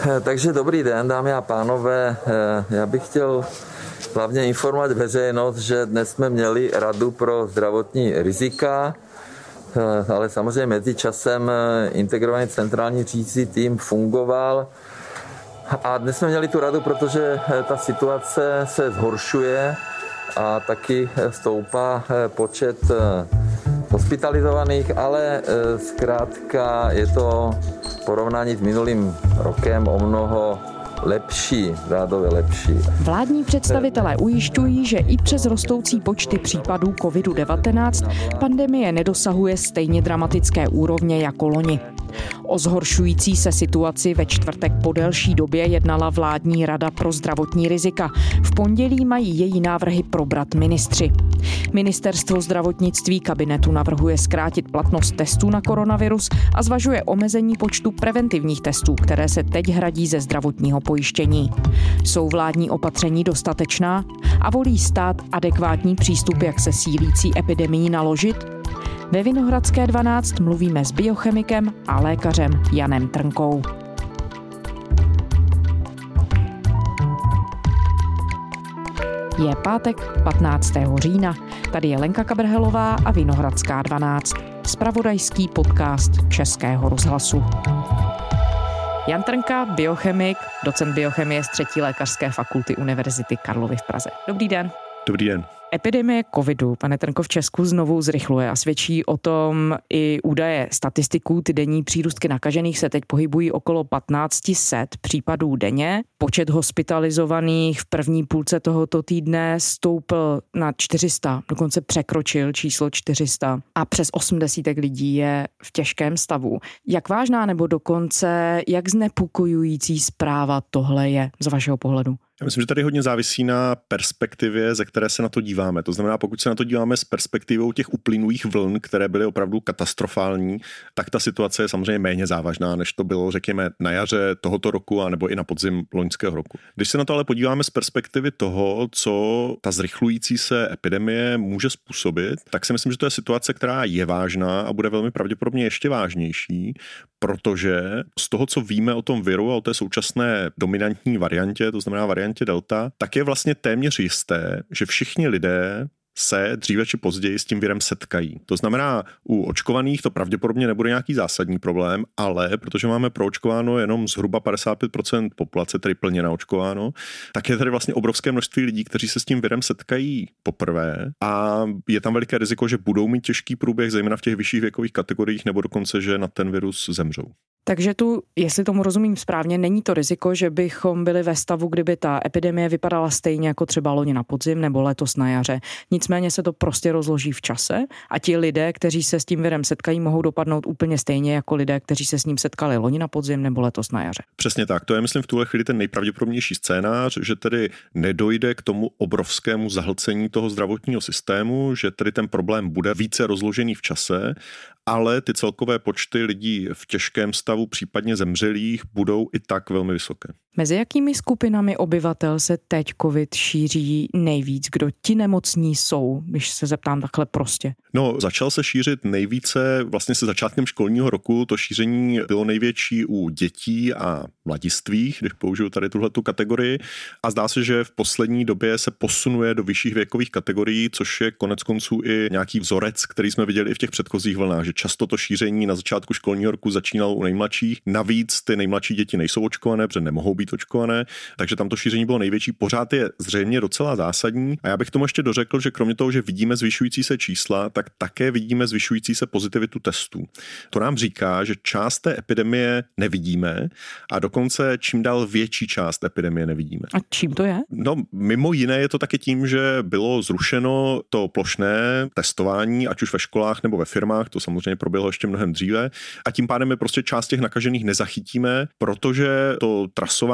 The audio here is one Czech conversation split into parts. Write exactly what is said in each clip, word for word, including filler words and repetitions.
Takže dobrý den, dámy a pánové. Já bych chtěl hlavně informovat veřejnost, že dnes jsme měli Radu pro zdravotní rizika, ale samozřejmě mezi časem integrovaný centrální řídící tým fungoval. A dnes jsme měli tu radu, protože ta situace se zhoršuje a taky stoupá počet hospitalizovaných, ale zkrátka je to v porovnání s minulým rokem o mnoho lepší, řádově lepší. Vládní představitelé ujišťují, že i přes rostoucí počty případů kovid devatenáct pandemie nedosahuje stejně dramatické úrovně jako loni. O zhoršující se situaci ve čtvrtek po delší době jednala vládní rada pro zdravotní rizika. V pondělí mají její návrhy probrat ministři. Ministerstvo zdravotnictví kabinetu navrhuje zkrátit platnost testů na koronavirus a zvažuje omezení počtu preventivních testů, které se teď hradí ze zdravotního pojištění. Jsou vládní opatření dostatečná a volí stát adekvátní přístup, jak se sílící epidemií naložit? Ve Vinohradské dvanáct mluvíme s biochemikem a lékařem Janem Trnkou. Je pátek patnáctého října. Tady je Lenka Kabrhelová a Vinohradská dvanáct. Zpravodajský podcast Českého rozhlasu. Jan Trnka, biochemik, docent biochemie z třetí lékařské fakulty Univerzity Karlovy v Praze. Dobrý den. Dobrý den. Epidemie covidu, pane Trnko, v Česku znovu zrychluje a svědčí o tom i údaje statistiků. Ty denní přírůstky nakažených se teď pohybují okolo patnáct set případů denně. Počet hospitalizovaných v první půlce tohoto týdne stoupl na čtyři sta, dokonce překročil číslo čtyři sta a přes osmdesát lidí je v těžkém stavu. Jak vážná nebo dokonce jak znepokojující zpráva tohle je z vašeho pohledu? Já myslím, že tady hodně závisí na perspektivě, ze které se na to díváme. To znamená, pokud se na to díváme s perspektivou těch uplynulých vln, které byly opravdu katastrofální, tak ta situace je samozřejmě méně závažná, než to bylo, řekněme, na jaře tohoto roku a nebo i na podzim loňského roku. Když se na to ale podíváme z perspektivy toho, co ta zrychlující se epidemie může způsobit, tak si myslím, že to je situace, která je vážná a bude velmi pravděpodobně ještě vážnější, protože z toho, co víme o tom viru a o té současné dominantní variantě, to znamená variantě delta, tak je vlastně téměř jisté, že všichni lidé se dříve či později s tím virem setkají. To znamená, u očkovaných to pravděpodobně nebude nějaký zásadní problém, ale protože máme proočkováno jenom zhruba padesát pět procent populace, tedy plně naočkováno, tak je tady vlastně obrovské množství lidí, kteří se s tím virem setkají poprvé a je tam veliké riziko, že budou mít těžký průběh, zejména v těch vyšších věkových kategoriích, nebo dokonce, že na ten virus zemřou. Takže tu, jestli tomu rozumím správně, není to riziko, že bychom byli ve stavu, kdyby ta epidemie vypadala stejně jako třeba loni na podzim nebo letos na jaře. Nicméně se to prostě rozloží v čase a ti lidé, kteří se s tím virem setkají, mohou dopadnout úplně stejně jako lidé, kteří se s ním setkali loni na podzim nebo letos na jaře. Přesně tak. To je, myslím, v tuhle chvíli ten nejpravděpodobnější scénář, že tedy nedojde k tomu obrovskému zahlcení toho zdravotního systému, že tedy ten problém bude více rozložený v čase, ale ty celkové počty lidí v těžkém stavu, případně zemřelých, budou i tak velmi vysoké. Mezi jakými skupinami obyvatel se teď covid šíří nejvíc? Kdo ti nemocní jsou, když se zeptám takhle prostě? No, začal se šířit nejvíce vlastně se začátkem školního roku. To šíření bylo největší u dětí a mladistvých, když použiju tady tuhletu kategorii. A zdá se, že v poslední době se posunuje do vyšších věkových kategorií, což je konec konců i nějaký vzorec, který jsme viděli i v těch předchozích vlnách, že často to šíření na začátku školního roku začínalo u nejmladších. Navíc ty nejmladší děti nejsou očkované, protože nemohou být očkované, takže tam to šíření bylo největší. Pořád je zřejmě docela zásadní. A já bych tomu ještě dořekl, že kromě toho, že vidíme zvyšující se čísla, tak také vidíme zvyšující se pozitivitu testů. To nám říká, že část té epidemie nevidíme a dokonce čím dál větší část epidemie nevidíme. A čím to je? No, mimo jiné je to taky tím, že bylo zrušeno to plošné testování, ať už ve školách nebo ve firmách, to samozřejmě proběhlo ještě mnohem dříve, a tím pádem my prostě část těch nakažených nezachytíme, protože to trasování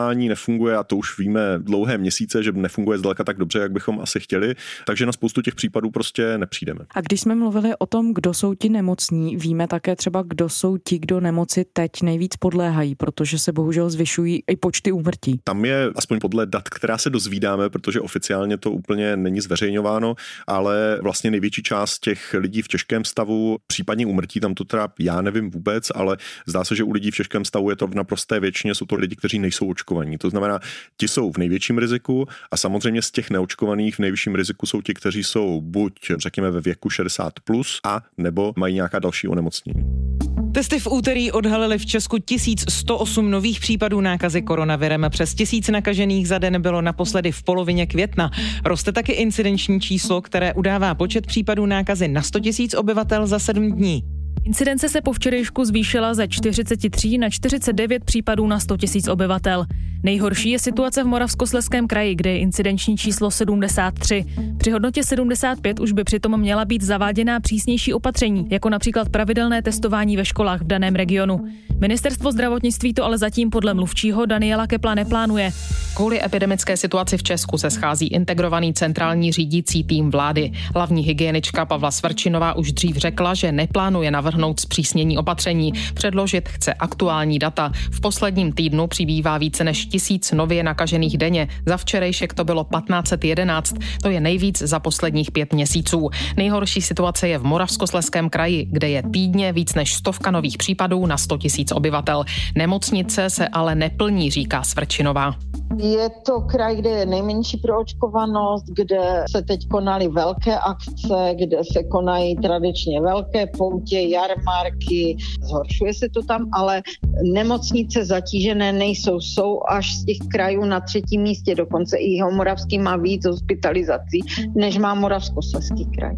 očkování nefunguje, a to už víme dlouhé měsíce, že nefunguje zdaleka tak dobře, jak bychom asi chtěli, takže na spoustu těch případů prostě nepřijdeme. A když jsme mluvili o tom, kdo jsou ti nemocní, víme také třeba, kdo jsou ti, kdo nemoci teď nejvíc podléhají, protože se bohužel zvyšují i počty úmrtí. Tam je aspoň podle dat, která se dozvídáme, protože oficiálně to úplně není zveřejňováno, ale vlastně největší část těch lidí v těžkém stavu, případně úmrtí, tam to teda já nevím vůbec, ale zdá se, že u lidí v těžkém stavu je to v naprosté většině, jsou to lidi, kteří nejsou očkovaní. To znamená, ti jsou v největším riziku a samozřejmě z těch neočkovaných v nejvyšším riziku jsou ti, kteří jsou buď řekněme ve věku šedesát plus a nebo mají nějaká další onemocnění. Testy v úterý odhalily v Česku tisíc sto osm nových případů nákazy koronavirem. Přes tisíc nakažených za den bylo naposledy v polovině května. Roste taky incidenční číslo, které udává počet případů nákazy na sto tisíc obyvatel za sedm dní. Incidence se po včerejšku zvýšila ze čtyřicet tři na čtyřicet devět případů na sto tisíc obyvatel. Nejhorší je situace v Moravskoslezském kraji, kde je incidenční číslo sedmdesát tři. Při hodnotě sedmdesát pět už by přitom měla být zaváděná přísnější opatření, jako například pravidelné testování ve školách v daném regionu. Ministerstvo zdravotnictví to ale zatím podle mluvčího Daniela Köppla neplánuje. Kvůli epidemické situaci v Česku se schází integrovaný centrální řídící tým vlády. Hlavní hygienička Pavla Svrčinová už dřív řekla, že neplánuje navrhnout zpřísnění opatření. Předložit chce aktuální data. V posledním týdnu přibývá více než tisíc nově nakažených denně. Za včerejšek to bylo patnáct set jedenáct. To je nejvíc za posledních pět měsíců. Nejhorší situace je v Moravskoslezském kraji, kde je týdně víc než stovka nových případů na sto tisíc obyvatel. Nemocnice se ale neplní, říká Svrčinová. Je to kraj, kde je nejmenší proočkovanost, kde se teď konaly velké akce, kde se konají tradičně velké poutě, jarmarky, zhoršuje se to tam, ale nemocnice zatížené nejsou, jsou až z těch krajů na třetím místě, dokonce i Jihomoravský má víc hospitalizací, než má Moravskoslezský kraj.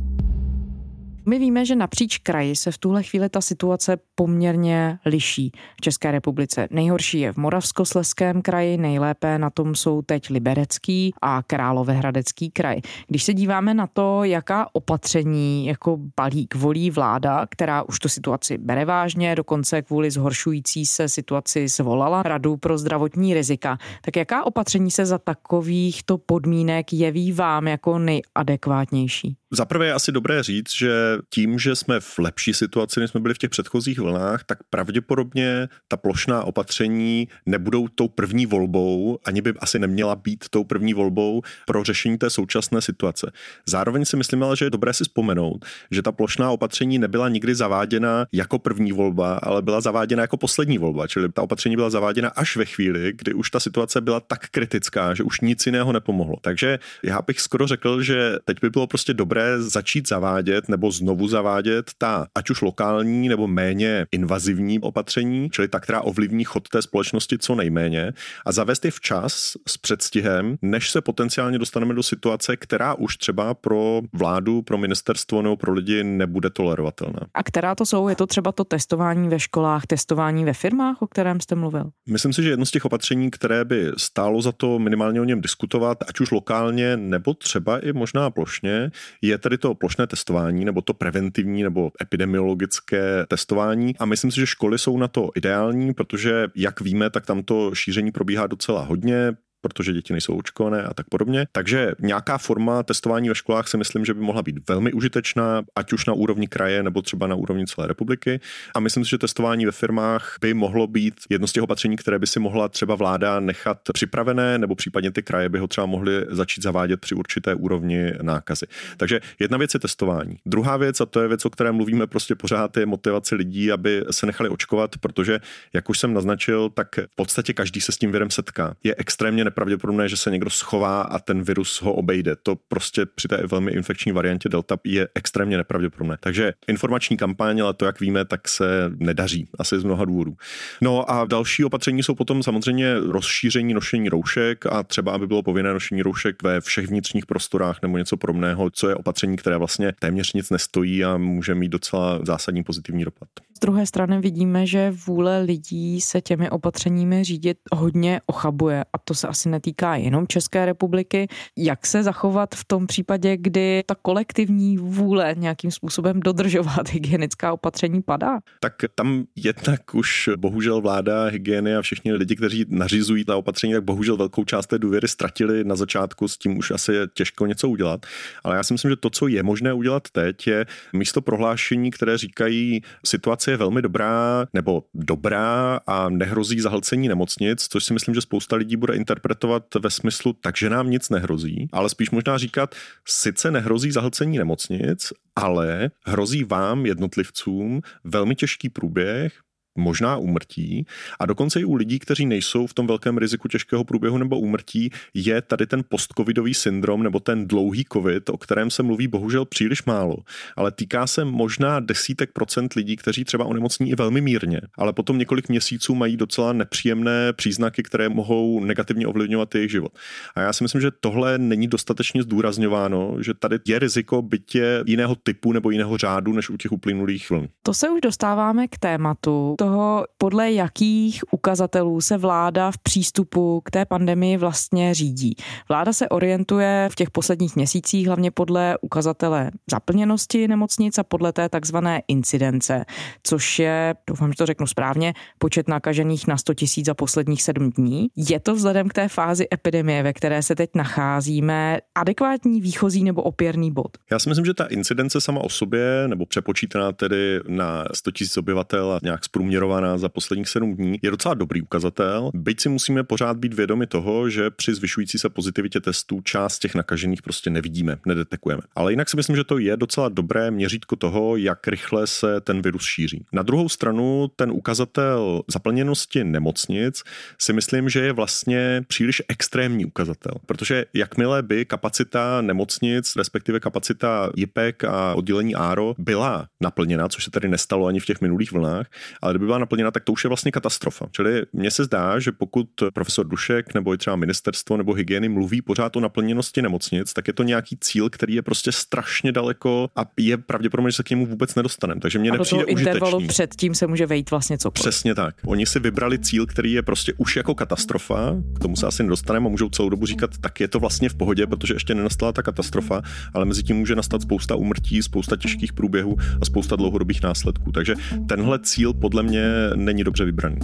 My víme, že napříč kraji se v tuhle chvíli ta situace poměrně liší v České republice. Nejhorší je v Moravskoslezském kraji, nejlépe na tom jsou teď Liberecký a Královéhradecký kraj. Když se díváme na to, jaká opatření jako balík volí vláda, která už tu situaci bere vážně, dokonce kvůli zhoršující se situaci zvolala Radu pro zdravotní rizika, tak jaká opatření se za takovýchto podmínek jeví vám jako nejadekvátnější? Za prvé je asi dobré říct, že tím, že jsme v lepší situaci, než jsme byli v těch předchozích vlnách, tak pravděpodobně ta plošná opatření nebudou tou první volbou, ani by asi neměla být tou první volbou pro řešení té současné situace. Zároveň si myslím, ale, že je dobré si vzpomenout, že ta plošná opatření nebyla nikdy zaváděna jako první volba, ale byla zaváděna jako poslední volba, čili ta opatření byla zaváděna až ve chvíli, kdy už ta situace byla tak kritická, že už nic jiného nepomohlo. Takže já bych skoro řekl, že teď by bylo prostě dobré začít zavádět nebo znovu zavádět ta ať už lokální nebo méně invazivní opatření, čili ta, která ovlivní chod té společnosti co nejméně, a zavést je včas s předstihem, než se potenciálně dostaneme do situace, která už třeba pro vládu, pro ministerstvo nebo pro lidi nebude tolerovatelná. A která to jsou? Je to třeba to testování ve školách, testování ve firmách, o kterém jste mluvil? Myslím si, že jedno z těch opatření, které by stálo za to minimálně o něm diskutovat, ať už lokálně nebo třeba i možná plošně, je tedy to plošné testování nebo to preventivní nebo epidemiologické testování, a myslím si, že školy jsou na to ideální, protože jak víme, tak tam to šíření probíhá docela hodně, protože děti nejsou očkované a tak podobně. Takže nějaká forma testování ve školách si myslím, že by mohla být velmi užitečná, ať už na úrovni kraje nebo třeba na úrovni celé republiky. A myslím si, že testování ve firmách by mohlo být jedno z těch opatření, které by si mohla třeba vláda nechat připravené, nebo případně ty kraje by ho třeba mohly začít zavádět při určité úrovni nákazy. Takže jedna věc je testování. Druhá věc, a to je věc, o které mluvíme prostě pořád, je motivace lidí, aby se nechali očkovat, protože jak už jsem naznačil, tak v podstatě každý se s tím virem setká. Je extrémně pravděpodobné, že se někdo schová a ten virus ho obejde. To prostě při té velmi infekční variantě Delta je extrémně nepravděpodobné. Takže informační kampaň, ale to, jak víme, tak se nedaří. Asi z mnoha důvodů. No a další opatření jsou potom samozřejmě rozšíření nošení roušek a třeba, aby bylo povinné nošení roušek ve všech vnitřních prostorách nebo něco podobného, co je opatření, které vlastně téměř nic nestojí a může mít docela zásadní pozitivní dopad. druhé strany vidíme, že vůle lidí se těmi opatřeními řídit hodně ochabuje a to se asi netýká jenom České republiky. Jak se zachovat v tom případě, kdy ta kolektivní vůle nějakým způsobem dodržovat hygienická opatření padá? Tak tam jednak už bohužel vláda, hygieny a všichni lidi, kteří nařizují ta opatření, tak bohužel velkou část té důvěry ztratili na začátku, s tím už asi je těžko něco udělat. Ale já si myslím, že to, co je možné udělat teď, je místo prohlášení, které říkají, situace je velmi dobrá nebo dobrá a nehrozí zahlcení nemocnic, což si myslím, že spousta lidí bude interpretovat ve smyslu, takže nám nic nehrozí, ale spíš možná říkat, sice nehrozí zahlcení nemocnic, ale hrozí vám, jednotlivcům, velmi těžký průběh, možná úmrtí a dokonce i u lidí, kteří nejsou v tom velkém riziku těžkého průběhu nebo úmrtí, je tady ten postcovidový syndrom nebo ten dlouhý covid, o kterém se mluví bohužel příliš málo, ale týká se možná desítek procent lidí, kteří třeba onemocní i velmi mírně, ale potom několik měsíců mají docela nepříjemné příznaky, které mohou negativně ovlivňovat jejich život. A já si myslím, že tohle není dostatečně zdůrazňováno, že tady je riziko bytě jiného typu nebo jiného řádu než u těch uplynulých vln. To se už dostáváme k tématu toho, podle jakých ukazatelů se vláda v přístupu k té pandemii vlastně řídí. Vláda se orientuje v těch posledních měsících hlavně podle ukazatele zaplněnosti nemocnic a podle té takzvané incidence, což je, doufám, že to řeknu správně, počet nakažených na sto tisíc za posledních sedm dní. Je to vzhledem k té fázi epidemie, ve které se teď nacházíme, adekvátní výchozí nebo opěrný bod? Já si myslím, že ta incidence sama o sobě, nebo přepočítaná tedy na sto tisíc obyvatel a nějak zprůměrovaná za posledních sedm dní, je docela dobrý ukazatel. Byť si musíme pořád být vědomi toho, že při zvyšující se pozitivitě testů část těch nakažených prostě nevidíme, nedetekujeme. Ale jinak si myslím, že to je docela dobré měřítko toho, jak rychle se ten virus šíří. Na druhou stranu ten ukazatel zaplněnosti nemocnic si myslím, že je vlastně příliš extrémní ukazatel, protože jakmile by kapacita nemocnic, respektive kapacita JIPek a oddělení áro byla naplněna, což se tady nestalo ani v těch minulých vlnách, ale kdyby byla naplněna, tak to už je vlastně katastrofa. Čili mně se zdá, že pokud profesor Dušek nebo i třeba ministerstvo nebo hygieny mluví pořád o naplněnosti nemocnic, tak je to nějaký cíl, který je prostě strašně daleko a je pravděpodobně, že se k němu vůbec nedostaneme. Takže mě nepřijde užitečný. A do toho intervalu předtím se může vejít vlastně cokoliv. Přesně tak. Oni si vybrali cíl, který je prostě už jako katastrofa, k tomu se asi nedostaneme a můžou celou dobu říkat, tak je to vlastně v pohodě, protože ještě nenastala ta katastrofa, ale mezi tím může nastat spousta úmrtí, spousta těžkých průběhů a spousta dlouhodobých následků. Takže tenhle cíl podle mě není dobře vybraný.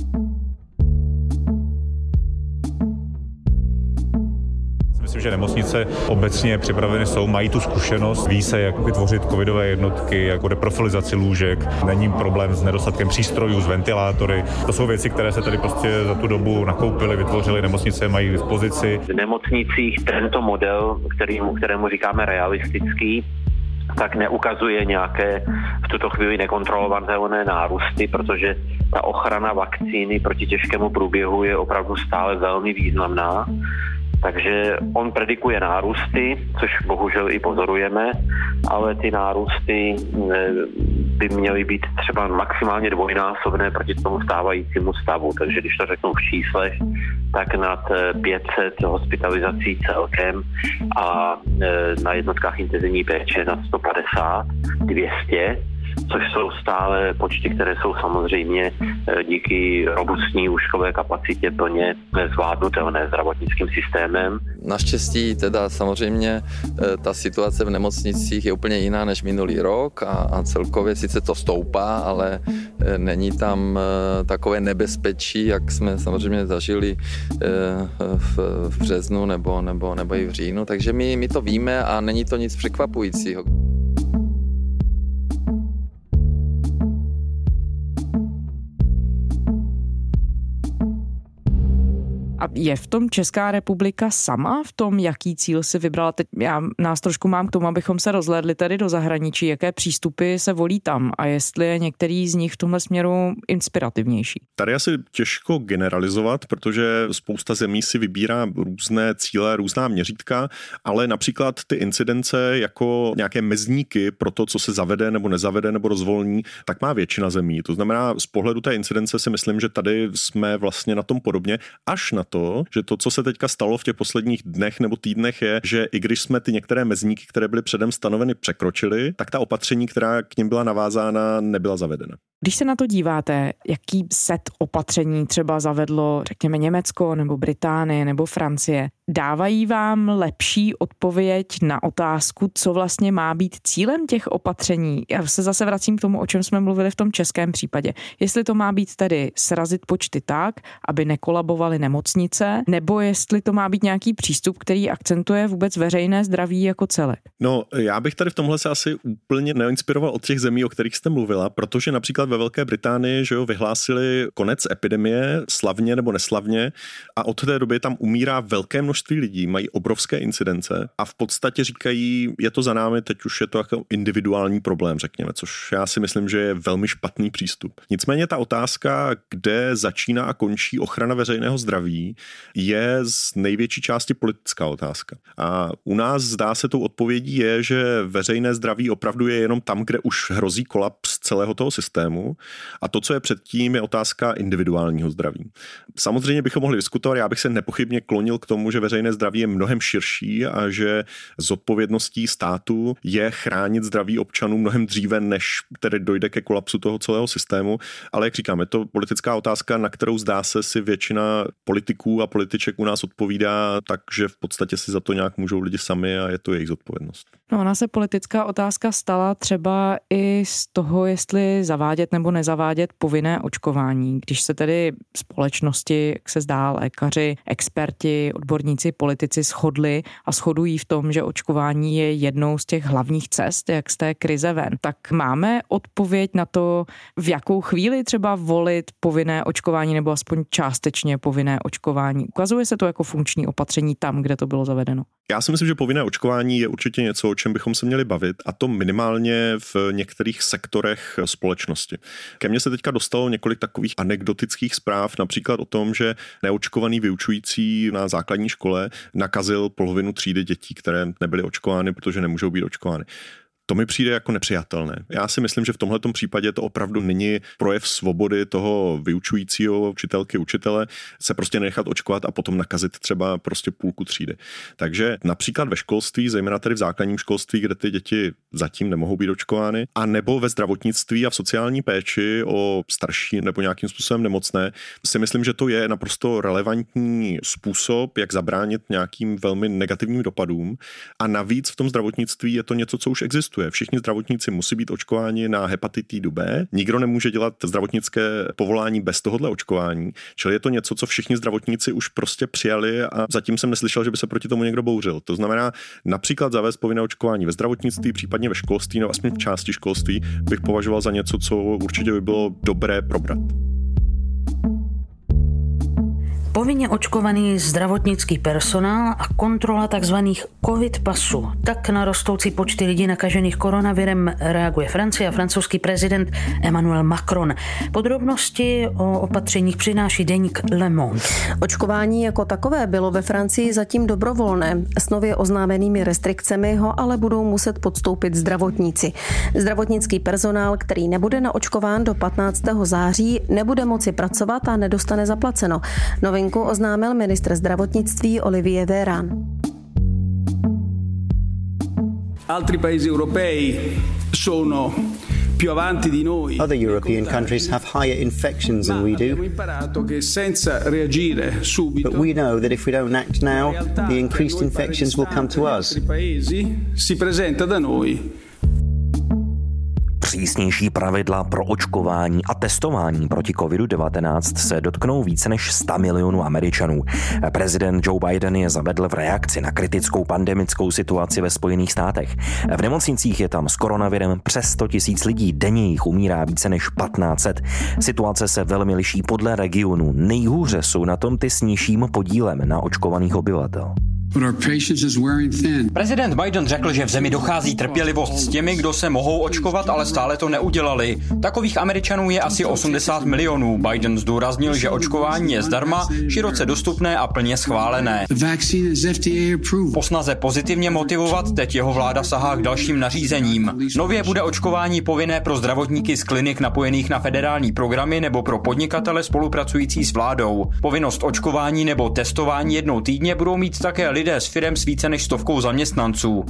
Myslím, že nemocnice obecně připraveny jsou, mají tu zkušenost, ví se, jak vytvořit covidové jednotky, jako deprofilizaci lůžek, není problém s nedostatkem přístrojů, s ventilátory. To jsou věci, které se tady prostě za tu dobu nakoupily, vytvořily, nemocnice mají k dispozici. V nemocnicích tento model, kterému, kterému říkáme realistický, tak neukazuje nějaké v tuto chvíli nekontrolovatelné nárůsty, protože ta ochrana vakcíny proti těžkému průběhu je opravdu stále velmi významná. Takže on predikuje nárůsty, což bohužel i pozorujeme, ale ty nárůsty by měly být třeba maximálně dvojnásobné proti tomu stávajícímu stavu. Takže když to řeknu v číslech, tak nad pět set hospitalizací celkem a na jednotkách intenzivní péče nad sto padesát, dvě stě, což jsou stále počty, které jsou samozřejmě díky robustní lůžkové kapacitě plně zvládnutelné zdravotnickým systémem. Naštěstí teda samozřejmě ta situace v nemocnicích je úplně jiná než minulý rok a, a celkově sice to stoupá, ale není tam takové nebezpečí, jak jsme samozřejmě zažili v, v březnu nebo, nebo, nebo i v říjnu, takže my, my to víme a není to nic překvapujícího. A je v tom Česká republika sama v tom, jaký cíl si vybrala? Teď já nás trošku mám k tomu, abychom se rozhlédli tady do zahraničí, jaké přístupy se volí tam a jestli je některý z nich v tomhle směru inspirativnější. Tady asi těžko generalizovat, protože spousta zemí si vybírá různé cíle, různá měřítka, ale například ty incidence jako nějaké mezníky pro to, co se zavede nebo nezavede nebo rozvolní, tak má většina zemí. To znamená, z pohledu té incidence si myslím, že tady jsme vlastně na tom podobně, až na to, že to, co se teďka stalo v těch posledních dnech nebo týdnech, je, že i když jsme ty některé mezníky, které byly předem stanoveny, překročili, tak ta opatření, která k nim byla navázána, nebyla zavedena. Když se na to díváte, jaký set opatření třeba zavedlo, řekněme, Německo nebo Británie nebo Francie, dávají vám lepší odpověď na otázku, co vlastně má být cílem těch opatření? Já se zase vracím k tomu, o čem jsme mluvili v tom českém případě. Jestli to má být tedy srazit počty tak, aby nekolabovaly nemocnice, nebo jestli to má být nějaký přístup, který akcentuje vůbec veřejné zdraví jako celek? No, já bych tady v tomhle se asi úplně neinspiroval od těch zemí, o kterých jste mluvila, protože například ve Velké Británii, že jo, vyhlásili konec epidemie, slavně nebo neslavně, a od té doby tam umírá velké množství lidí, mají obrovské incidence a v podstatě říkají, je to za námi, teď už je to jako individuální problém, řekněme, což já si myslím, že je velmi špatný přístup. Nicméně ta otázka, kde začíná a končí ochrana veřejného zdraví, je z největší části politická otázka. A u nás zdá se tou odpovědí je, že veřejné zdraví opravdu je jenom tam, kde už hrozí kolaps celého toho systému, a to, co je předtím, je otázka individuálního zdraví. Samozřejmě bychom mohli diskutovat, já bych se nepochybně klonil k tomu, že veřejné zdraví je mnohem širší a že zodpovědností státu je chránit zdraví občanů mnohem dříve, než tedy dojde ke kolapsu toho celého systému, ale jak říkám, je to politická otázka, na kterou zdá se si většina politiků a političek u nás odpovídá, takže v podstatě si za to nějak můžou lidi sami a je to jejich zodpovědnost. No, ona se politická otázka stala třeba i z toho, jestli zavádět nebo nezavádět povinné očkování. Když se tedy společnosti, jak se zdá, lékaři, experti, odborníci, politici shodli a shodují v tom, že očkování je jednou z těch hlavních cest, jak z té krize ven, tak máme odpověď na to, v jakou chvíli třeba volit povinné očkování nebo aspoň částečně povinné očkování. Ukazuje se to jako funkční opatření tam, kde to bylo zavedeno? Já si myslím, že povinné očkování je určitě něco, o čem bychom se měli bavit, a to minimálně v některých sektorech společnosti. Ke mně se teďka dostalo několik takových anekdotických zpráv, například o tom, že neočkovaný vyučující na základní škole nakazil polovinu třídy dětí, které nebyly očkovány, protože nemůžou být očkovány. To mi přijde jako nepřijatelné. Já si myslím, že v tomhletom případě to opravdu není projev svobody toho vyučujícího, učitelky, učitele se prostě nechat očkovat a potom nakazit třeba prostě půlku třídy. Takže například ve školství, zejména tady v základním školství, kde ty děti zatím nemohou být očkovány, a nebo ve zdravotnictví a v sociální péči o starší nebo nějakým způsobem nemocné, si myslím, že to je naprosto relevantní způsob, jak zabránit nějakým velmi negativním dopadům. A navíc v tom zdravotnictví je to něco, co už existuje. Všichni zdravotníci musí být očkováni na hepatitidu B. Nikdo nemůže dělat zdravotnické povolání bez tohohle očkování. Čili je to něco, co všichni zdravotníci už prostě přijali a zatím jsem neslyšel, že by se proti tomu někdo bouřil. To znamená, například zavést povinné očkování ve zdravotnictví, případně ve školství, nebo aspoň v části školství, bych považoval za něco, co určitě by bylo dobré probrat. Povinně očkovaný zdravotnický personál a kontrola tzv. COVID pasů. Tak na rostoucí počty lidí nakažených koronavirem reaguje Francie a francouzský prezident Emmanuel Macron. Podrobnosti o opatřeních přináší deník Le Monde. Očkování jako takové bylo ve Francii zatím dobrovolné. S nově oznámenými restrikcemi ho ale budou muset podstoupit zdravotníci. Zdravotnický personál, který nebude naočkován do patnáctého září, nebude moci pracovat a nedostane zaplaceno. Novinku oznámil ministr zdravotnictví Olivier Véran. Altri paesi europei sono più avanti di noi. Other European countries have higher infections than we do. But we know that if we don't act now, the increased infections will come to us. Si presenta da noi. Přísnější pravidla pro očkování a testování proti kovidu devatenáct se dotknou více než sto milionů Američanů. Prezident Joe Biden je zavedl v reakci na kritickou pandemickou situaci ve Spojených státech. V nemocnicích je tam s koronavirem přes sto tisíc lidí, denně jich umírá více než patnáct set. Situace se velmi liší podle regionu. Nejhůře jsou na tom ty s nižším podílem na očkovaných obyvatel. Prezident Biden řekl, že v zemi dochází trpělivost s těmi, kdo se mohou očkovat, ale stále to neudělali. Takových Američanů je asi osmdesát milionů. Biden zdůraznil, že očkování je zdarma, široce dostupné a plně schválené. Po snaze pozitivně motivovat teď jeho vláda sahá k dalším nařízením. Nově bude očkování povinné pro zdravotníky z klinik napojených na federální programy nebo pro podnikatele spolupracující s vládou. Povinnost očkování nebo testování jednou týdně budou mít také lidé z firem s více než stovkou zaměstnanců.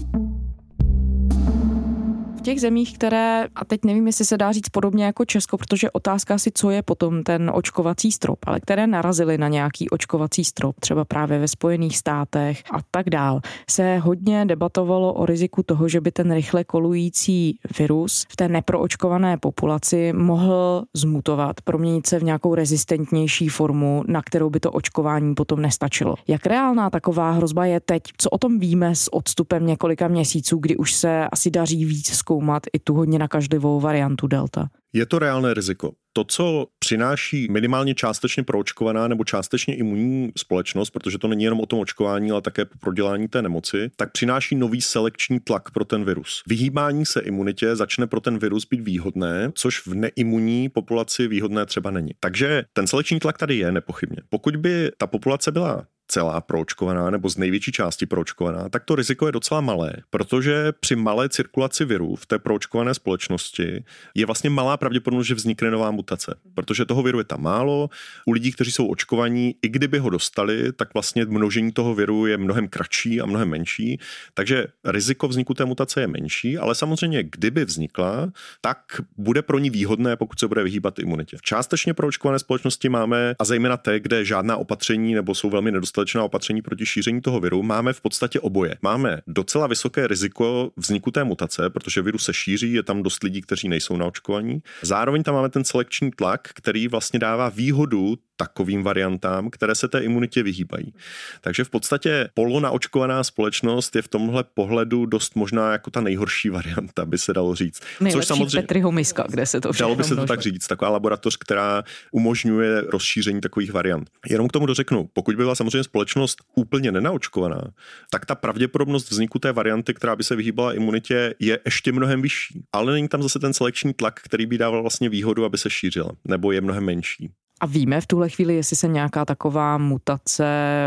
V těch zemích, které, a teď nevím, jestli se dá říct podobně jako Česko, protože otázka si, co je potom ten očkovací strop, ale které narazily na nějaký očkovací strop, třeba právě ve Spojených státech a tak dál, se hodně debatovalo o riziku toho, že by ten rychle kolující virus v té neproočkované populaci mohl zmutovat, proměnit se v nějakou rezistentnější formu, na kterou by to očkování potom nestačilo. Jak reálná taková hrozba je teď? Co o tom víme s odstupem několika měsíců, kdy už se asi daří víc zkoumat i tu hodně nakažlivou variantu delta? Je to reálné riziko. To, co přináší minimálně částečně proočkovaná nebo částečně imunní společnost, protože to není jenom o tom očkování, ale také po prodělání té nemoci, tak přináší nový selekční tlak pro ten virus. Vyhýbání se imunitě začne pro ten virus být výhodné, což v neimunní populaci výhodné třeba není. Takže ten selekční tlak tady je nepochybně. Pokud by ta populace byla celá proočkovaná nebo z největší části proočkovaná, tak to riziko je docela malé, protože při malé cirkulaci viru v té proočkované společnosti je vlastně malá pravděpodobnost, že vznikne nová mutace, protože toho viru je tam málo. U lidí, kteří jsou očkovaní, i kdyby ho dostali, tak vlastně množení toho viru je mnohem kratší a mnohem menší, takže riziko vzniku té mutace je menší, ale samozřejmě kdyby vznikla, tak bude pro ní výhodné, pokud se bude vyhýbat imunitě. V částečně proočkované společnosti máme, a zejména té, kde žádná opatření nebo jsou velmi nedostatečná opatření proti šíření toho viru, máme v podstatě oboje. Máme docela vysoké riziko vzniku té mutace, protože virus se šíří, je tam dost lidí, kteří nejsou naočkovaní. Zároveň tam máme ten selekční tlak, který vlastně dává výhodu takovým variantám, které se té imunitě vyhýbají. Takže v podstatě polonaočkovaná společnost je v tomhle pohledu dost možná jako ta nejhorší varianta, by se dalo říct. Nejlepší samozřejmě Petriho miska, kde se to všechno dalo by se to množí. tak říct, taková laboratoř, která umožňuje rozšíření takových variant. Jenom k tomu dořeknu, pokud by byla samozřejmě společnost úplně nenaočkovaná, tak ta pravděpodobnost vzniku té varianty, která by se vyhýbala imunitě, je ještě mnohem vyšší. Ale není tam zase ten selekční tlak, který by dával vlastně výhodu, aby se šířila, nebo je mnohem menší. A víme v tuhle chvíli, jestli se nějaká taková mutace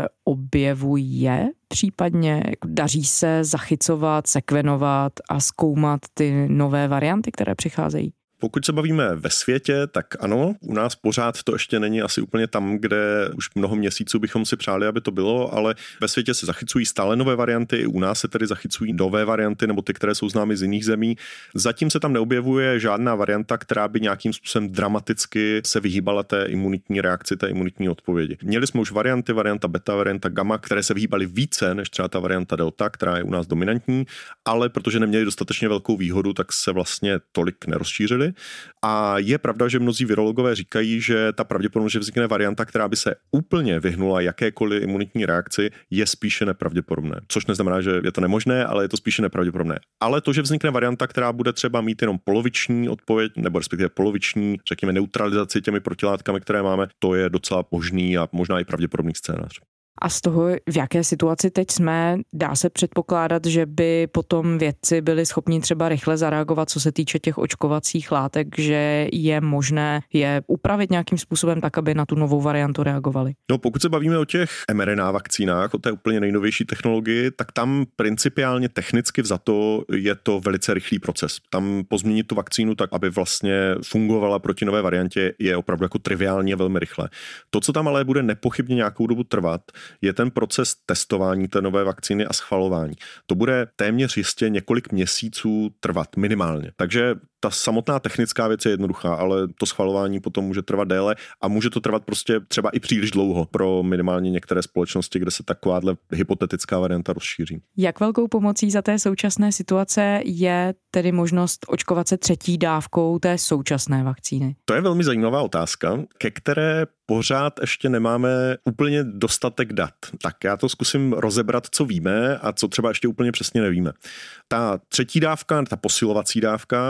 objevuje případně? Daří se zachycovat, sekvenovat a zkoumat ty nové varianty, které přicházejí? Pokud se bavíme ve světě, tak ano, u nás pořád to ještě není asi úplně tam, kde už mnoho měsíců bychom si přáli, aby to bylo, ale ve světě se zachycují stále nové varianty, i u nás se tedy zachycují nové varianty, nebo ty, které jsou známy z jiných zemí. Zatím se tam neobjevuje žádná varianta, která by nějakým způsobem dramaticky se vyhýbala té imunitní reakci, té imunitní odpovědi. Měli jsme už varianty, varianta beta, varianta gamma, které se vyhýbaly více než třeba ta varianta delta, která je u nás dominantní, ale protože neměli dostatečně velkou výhodu, tak se vlastně tolik nerozšířily. A je pravda, že mnozí virologové říkají, že ta pravděpodobnost, že vznikne varianta, která by se úplně vyhnula jakékoliv imunitní reakci, je spíše nepravděpodobné. Což neznamená, že je to nemožné, ale je to spíše nepravděpodobné. Ale to, že vznikne varianta, která bude třeba mít jenom poloviční odpověď, nebo respektive poloviční, řekněme, neutralizaci těmi protilátkami, které máme, to je docela možný a možná i pravděpodobný scénář. A z toho, v jaké situaci teď jsme, dá se předpokládat, že by potom vědci byli schopni třeba rychle zareagovat, co se týče těch očkovacích látek, že je možné je upravit nějakým způsobem tak, aby na tu novou variantu reagovali? No, pokud se bavíme o těch em er en á vakcínách, o té úplně nejnovější technologii, tak tam principiálně technicky vzato je to velice rychlý proces. Tam pozměnit tu vakcínu tak, aby vlastně fungovala proti nové variantě, je opravdu jako triviální a velmi rychle. To, co tam ale bude nepochybně nějakou dobu trvat, je ten proces testování té nové vakcíny a schvalování. To bude téměř jistě několik měsíců trvat minimálně. Takže ta samotná technická věc je jednoduchá, ale to schvalování potom může trvat déle a může to trvat prostě třeba i příliš dlouho pro minimálně některé společnosti, kde se takováhle hypotetická varianta rozšíří. Jak velkou pomocí za té současné situace je tedy možnost očkovat se třetí dávkou té současné vakcíny? To je velmi zajímavá otázka, ke které pořád ještě nemáme úplně dostatek dat. Tak já to zkusím rozebrat, co víme a co třeba ještě úplně přesně nevíme. Ta třetí dávka, ta posilovací dávka, má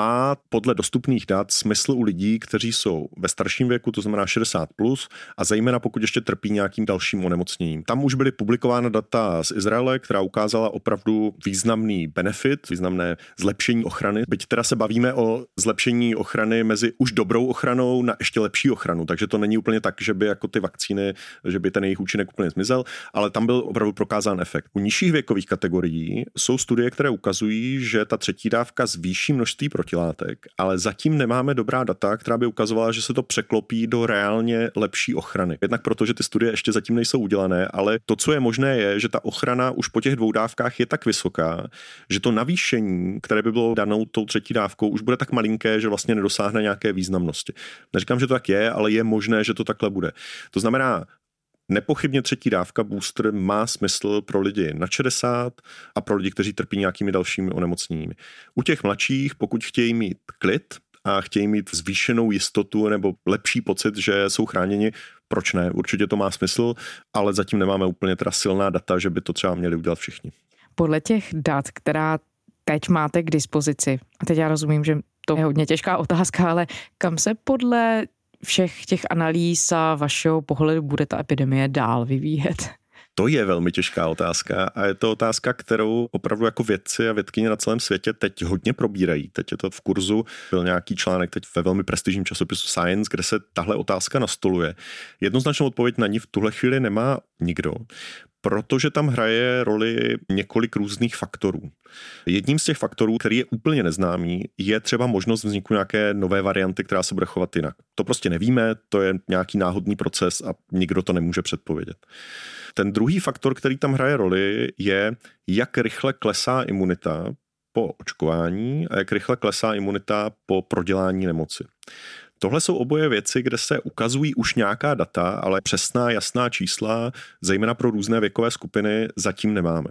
má podle dostupných dat smysl u lidí, kteří jsou ve starším věku, to znamená šedesát plus, a zejména pokud ještě trpí nějakým dalším onemocněním. Tam už byly publikována data z Izraele, která ukázala opravdu významný benefit, významné zlepšení ochrany. Byť teda se bavíme o zlepšení ochrany mezi už dobrou ochranou na ještě lepší ochranu, takže to není úplně tak, že by jako ty vakcíny, že by ten jejich účinek úplně zmizel, ale tam byl opravdu prokázán efekt. U nižších věkových kategorií jsou studie, které ukazují, že ta třetí dávka zvýší množství protilátek, ale zatím nemáme dobrá data, která by ukazovala, že se to překlopí do reálně lepší ochrany. Jednak proto, že ty studie ještě zatím nejsou udělané, ale to, co je možné, je, že ta ochrana už po těch dvou dávkách je tak vysoká, že to navýšení, které by bylo danou tou třetí dávkou, už bude tak malinké, že vlastně nedosáhne nějaké významnosti. Neříkám, že to tak je, ale je možné, že to takhle bude. To znamená, nepochybně třetí dávka booster má smysl pro lidi na šedesát a pro lidi, kteří trpí nějakými dalšími onemocněními. U těch mladších, pokud chtějí mít klid a chtějí mít zvýšenou jistotu nebo lepší pocit, že jsou chráněni, proč ne? Určitě to má smysl, ale zatím nemáme úplně teda silná data, že by to třeba měli udělat všichni. Podle těch dat, která teď máte k dispozici, a teď já rozumím, že to je hodně těžká otázka, ale kam se podle všech těch analýz a vašeho pohledu bude ta epidemie dál vyvíjet? To je velmi těžká otázka a je to otázka, kterou opravdu jako vědci a vědkyně na celém světě teď hodně probírají. Teď je to v kurzu, byl nějaký článek teď ve velmi prestižním časopisu Science, kde se tahle otázka nastoluje. Jednoznačnou odpověď na ní v tuhle chvíli nemá nikdo, protože tam hraje roli několik různých faktorů. Jedním z těch faktorů, který je úplně neznámý, je třeba možnost vzniku nějaké nové varianty, která se bude chovat jinak. To prostě nevíme, to je nějaký náhodný proces a nikdo to nemůže předpovědět. Ten druhý faktor, který tam hraje roli, je, jak rychle klesá imunita po očkování a jak rychle klesá imunita po prodělání nemoci. Tohle jsou oboje věci, kde se ukazují už nějaká data, ale přesná, jasná čísla, zejména pro různé věkové skupiny, zatím nemáme.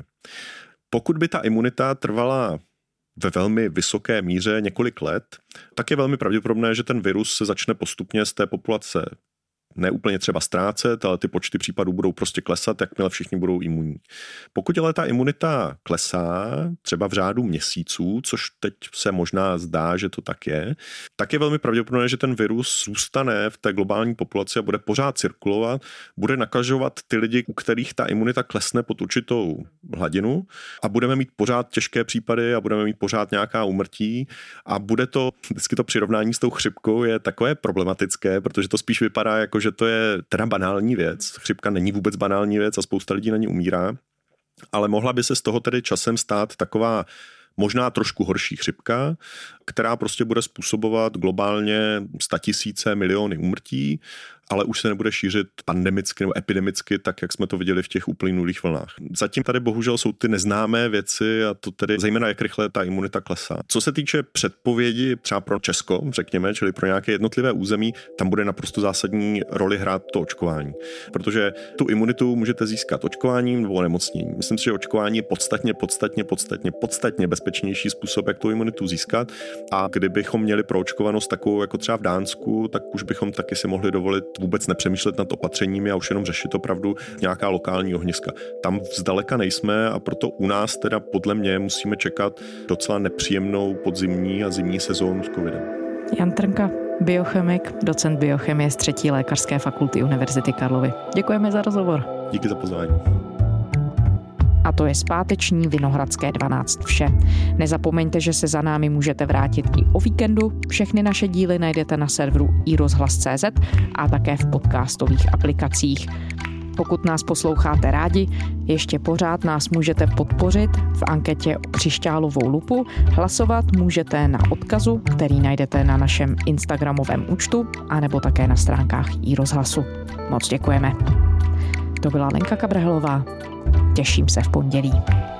Pokud by ta imunita trvala ve velmi vysoké míře několik let, tak je velmi pravděpodobné, že ten virus se začne postupně z té populace ne úplně třeba ztrácet, ale ty počty případů budou prostě klesat, jakmile všichni budou imunní. Pokud ale ta imunita klesá, třeba v řádu měsíců, což teď se možná zdá, že to tak je, tak je velmi pravděpodobné, že ten virus zůstane v té globální populaci a bude pořád cirkulovat, bude nakažovat ty lidi, u kterých ta imunita klesne pod určitou hladinu a budeme mít pořád těžké případy a budeme mít pořád nějaká úmrtí a bude to, vždycky to přirovnání s tou chřipkou je takové problematické, protože to spíš vypadá jako, že to je teda banální věc. Chřipka není vůbec banální věc a spousta lidí na ní umírá, ale mohla by se z toho tedy časem stát taková možná trošku horší chřipka, která prostě bude způsobovat globálně statisíce, miliony úmrtí, ale už se nebude šířit pandemicky nebo epidemicky, tak jak jsme to viděli v těch uplynulých vlnách. Zatím tady bohužel jsou ty neznámé věci a to tedy zejména jak rychle ta imunita klesá. Co se týče předpovědi třeba pro Česko, řekněme, čili pro nějaké jednotlivé území, tam bude naprosto zásadní roli hrát to očkování. Protože tu imunitu můžete získat očkováním nebo onemocněním. Myslím si, že očkování je podstatně, podstatně, podstatně, podstatně bezpečnější způsob, jak tu imunitu získat. A kdybychom měli proočkovanost takovou jako třeba v Dánsku, tak už bychom taky si mohli dovolit vůbec nepřemýšlet nad opatřeními a už jenom řešit opravdu nějaká lokální ohniska. Tam zdaleka nejsme a proto u nás teda podle mě musíme čekat docela nepříjemnou podzimní a zimní sezónu s covidem. Jan Trnka, biochemik, docent biochemie z třetí lékařské fakulty Univerzity Karlovy. Děkujeme za rozhovor. Díky za pozvání. A to je zpáteční Vinohradské dvanáct vše. Nezapomeňte, že se za námi můžete vrátit i o víkendu. Všechny naše díly najdete na serveru i rozhlas tečka cé zet a také v podcastových aplikacích. Pokud nás posloucháte rádi, ještě pořád nás můžete podpořit v anketě o křišťálovou lupu. Hlasovat můžete na odkazu, který najdete na našem instagramovém účtu anebo také na stránkách i rozhlasu. Moc děkujeme. To byla Lenka Kabrhelová. Těším se v pondělí.